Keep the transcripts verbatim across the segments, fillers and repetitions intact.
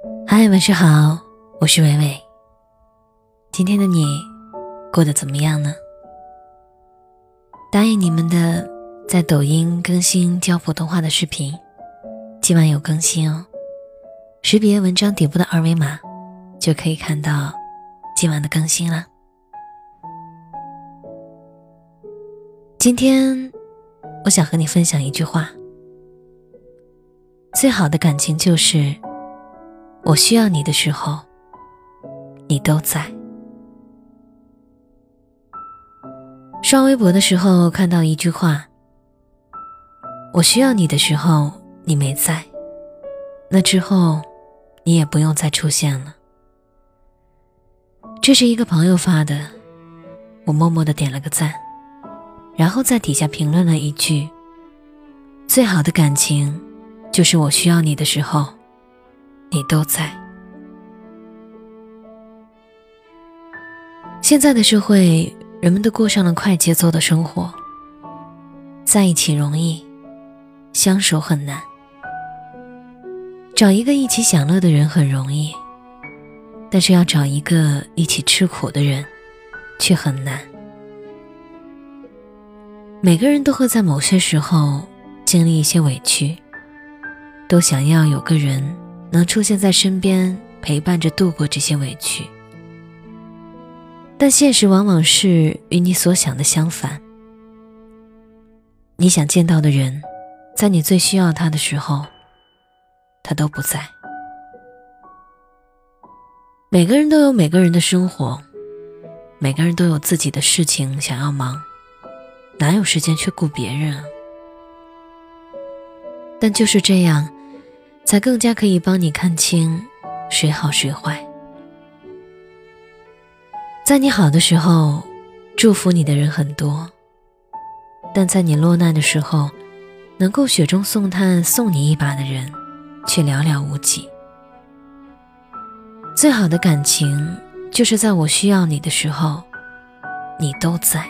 嗨，晚上好，我是伟伟。今天的你过得怎么样呢？答应你们的，在抖音更新教普通话的视频，今晚有更新哦。识别文章底部的二维码，就可以看到今晚的更新了。今天我想和你分享一句话：最好的感情就是我需要你的时候，你都在。刷微博的时候看到一句话：我需要你的时候你没在，那之后你也不用再出现了。这是一个朋友发的，我默默地点了个赞，然后在底下评论了一句：最好的感情就是我需要你的时候你都在。现在的社会，人们都过上了快节奏的生活，在一起容易，相守很难。找一个一起享乐的人很容易，但是要找一个一起吃苦的人却很难。每个人都会在某些时候经历一些委屈，都想要有个人能出现在身边，陪伴着度过这些委屈。但现实往往是与你所想的相反。你想见到的人，在你最需要他的时候，他都不在。每个人都有每个人的生活，每个人都有自己的事情想要忙，哪有时间去顾别人啊？但就是这样，才更加可以帮你看清谁好谁坏。在你好的时候，祝福你的人很多，但在你落难的时候，能够雪中送炭送你一把的人却寥寥无几。最好的感情就是在我需要你的时候你都在。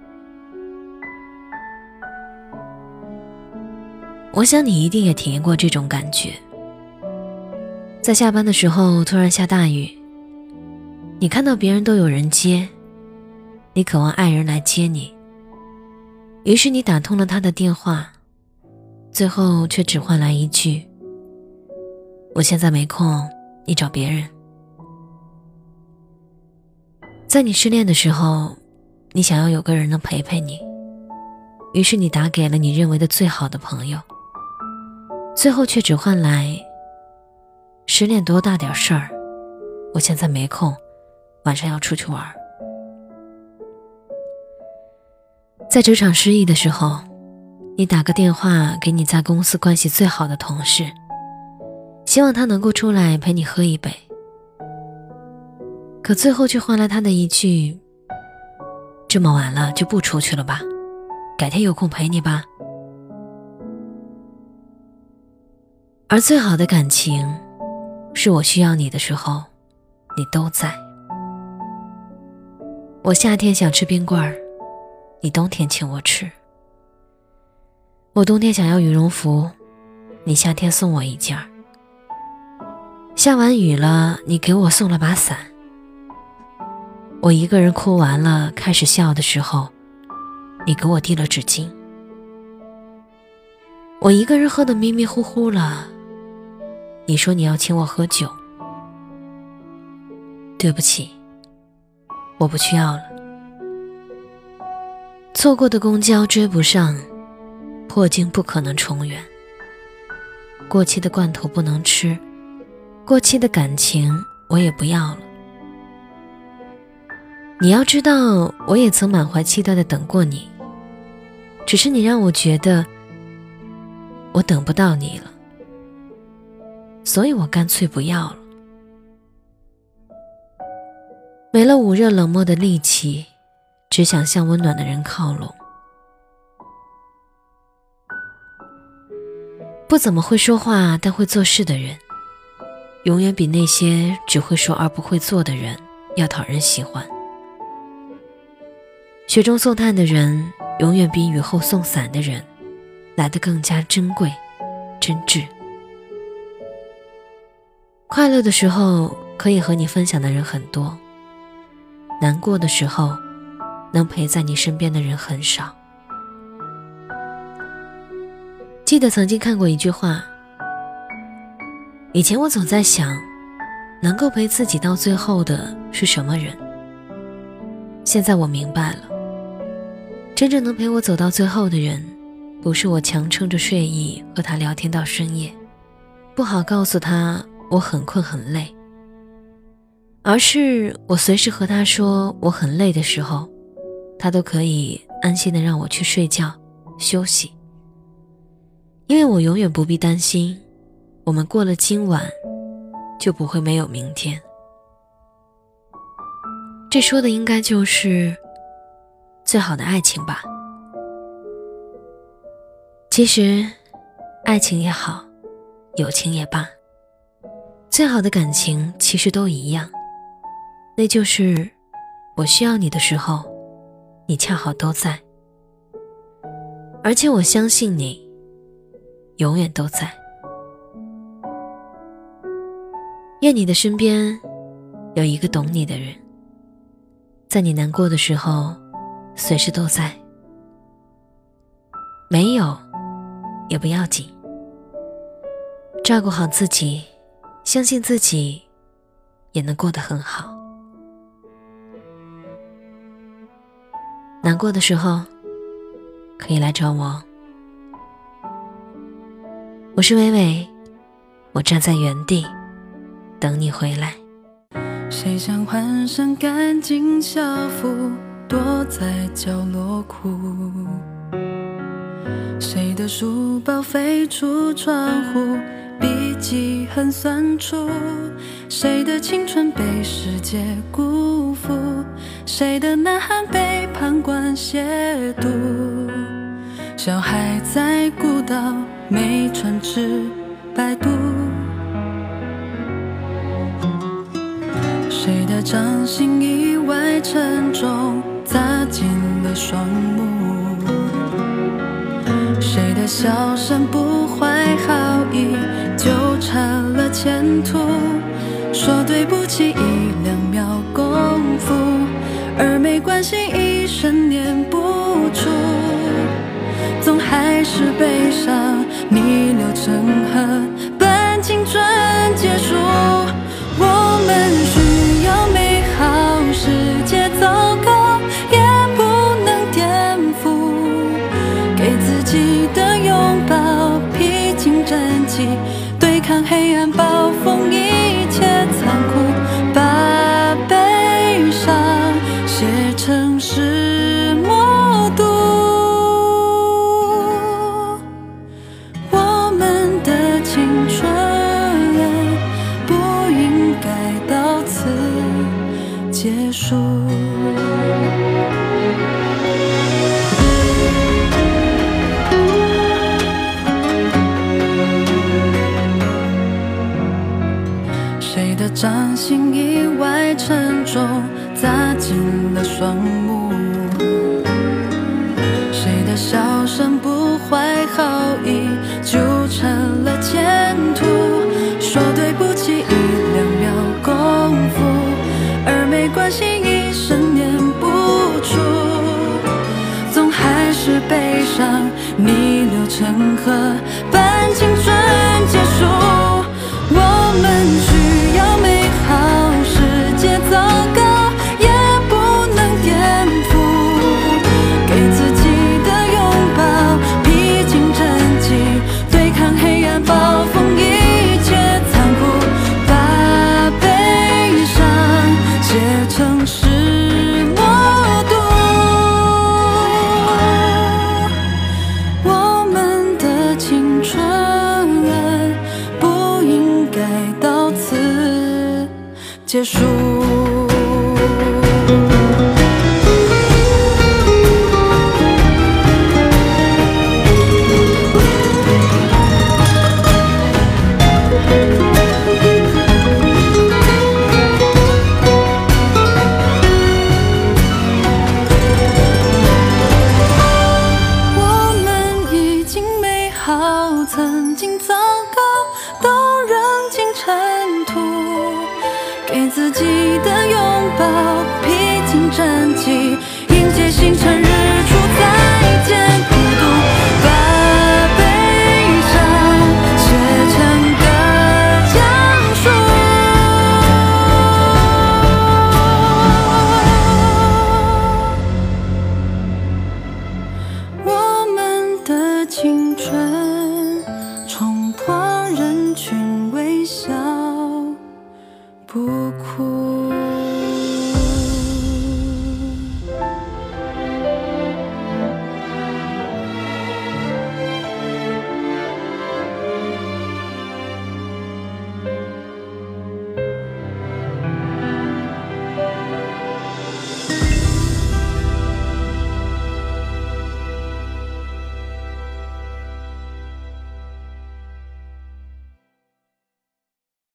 我想你一定也体验过这种感觉，在下班的时候突然下大雨，你看到别人都有人接，你渴望爱人来接你，于是你打通了他的电话，最后却只换来一句：我现在没空，你找别人。在你失恋的时候，你想要有个人能陪陪你，于是你打给了你认为的最好的朋友，最后却只换来：失恋多大点事儿，我现在没空，晚上要出去玩。在职场失意的时候，你打个电话给你在公司关系最好的同事，希望他能够出来陪你喝一杯，可最后却换来他的一句：这么晚了就不出去了吧，改天有空陪你吧。而最好的感情是我需要你的时候你都在。我夏天想吃冰棍，你冬天请我吃。我冬天想要羽绒服，你夏天送我一件。下完雨了，你给我送了把伞。我一个人哭完了开始笑的时候，你给我递了纸巾。我一个人喝得迷迷糊糊了，你说你要请我喝酒。对不起，我不需要了。错过的公交追不上，破镜不可能重圆。过期的罐头不能吃，过期的感情我也不要了。你要知道，我也曾满怀期待地等过你，只是你让我觉得我等不到你了，所以我干脆不要了。没了捂热冷漠的力气，只想向温暖的人靠拢。不怎么会说话但会做事的人，永远比那些只会说而不会做的人要讨人喜欢。雪中送炭的人，永远比雨后送伞的人来得更加珍贵、真挚。 快乐的时候可以和你分享的人很多，难过的时候能陪在你身边的人很少。记得曾经看过一句话，以前我总在想，能够陪自己到最后的是什么人？现在我明白了，真正能陪我走到最后的人，不是我强撑着睡意和他聊天到深夜，不好告诉他我很困很累，而是我随时和他说我很累的时候，他都可以安心的让我去睡觉休息。因为我永远不必担心，我们过了今晚就不会没有明天。这说的应该就是最好的爱情吧。其实爱情也好，友情也罢，最好的感情其实都一样，那就是我需要你的时候，你恰好都在，而且我相信你永远都在。愿你的身边有一个懂你的人，在你难过的时候随时都在，没有也不要紧，照顾好自己，相信自己也能过得很好。难过的时候可以来找我。我是微微，我站在原地等你回来。 谁想换上干净校服，躲在角落哭？谁的书包飞出窗户，笔记很酸楚？谁的青春被世界辜负？谁的呐喊被旁观亵渎？小孩在孤岛没船只摆渡，谁的掌心意外沉重砸进了双目？谁的笑声不怀好意纠缠了前途？说对不起一两秒功夫，而没关系一生念不出，总还是悲伤逆流成河，伴青春结束。我们需要美好世界走高，也不能颠覆给自己的拥抱，披荆斩棘对抗黑暗暴风，一切残酷，把悲伤写成诗默读。我们的青春不应该到此结束。谁的掌心意外沉重砸进了双目？谁的笑声不怀好意纠缠了前途？说对不起一两秒功夫，而没关系一生念不出，总还是悲伤逆流成河，伴青春结束。我们需要美好世界走高，也不能颠覆给自己的拥抱，披荆斩棘对抗黑暗暴风，一切残酷，把悲伤写成诗默读。我们的青春不应该到此结束。我们已经美好，曾经糟糕，都扔进尘土。 自己的拥抱，披荆斩棘，迎接星辰日出，再见孤独，把悲伤写成歌讲述。我们的青春冲破人群微笑，不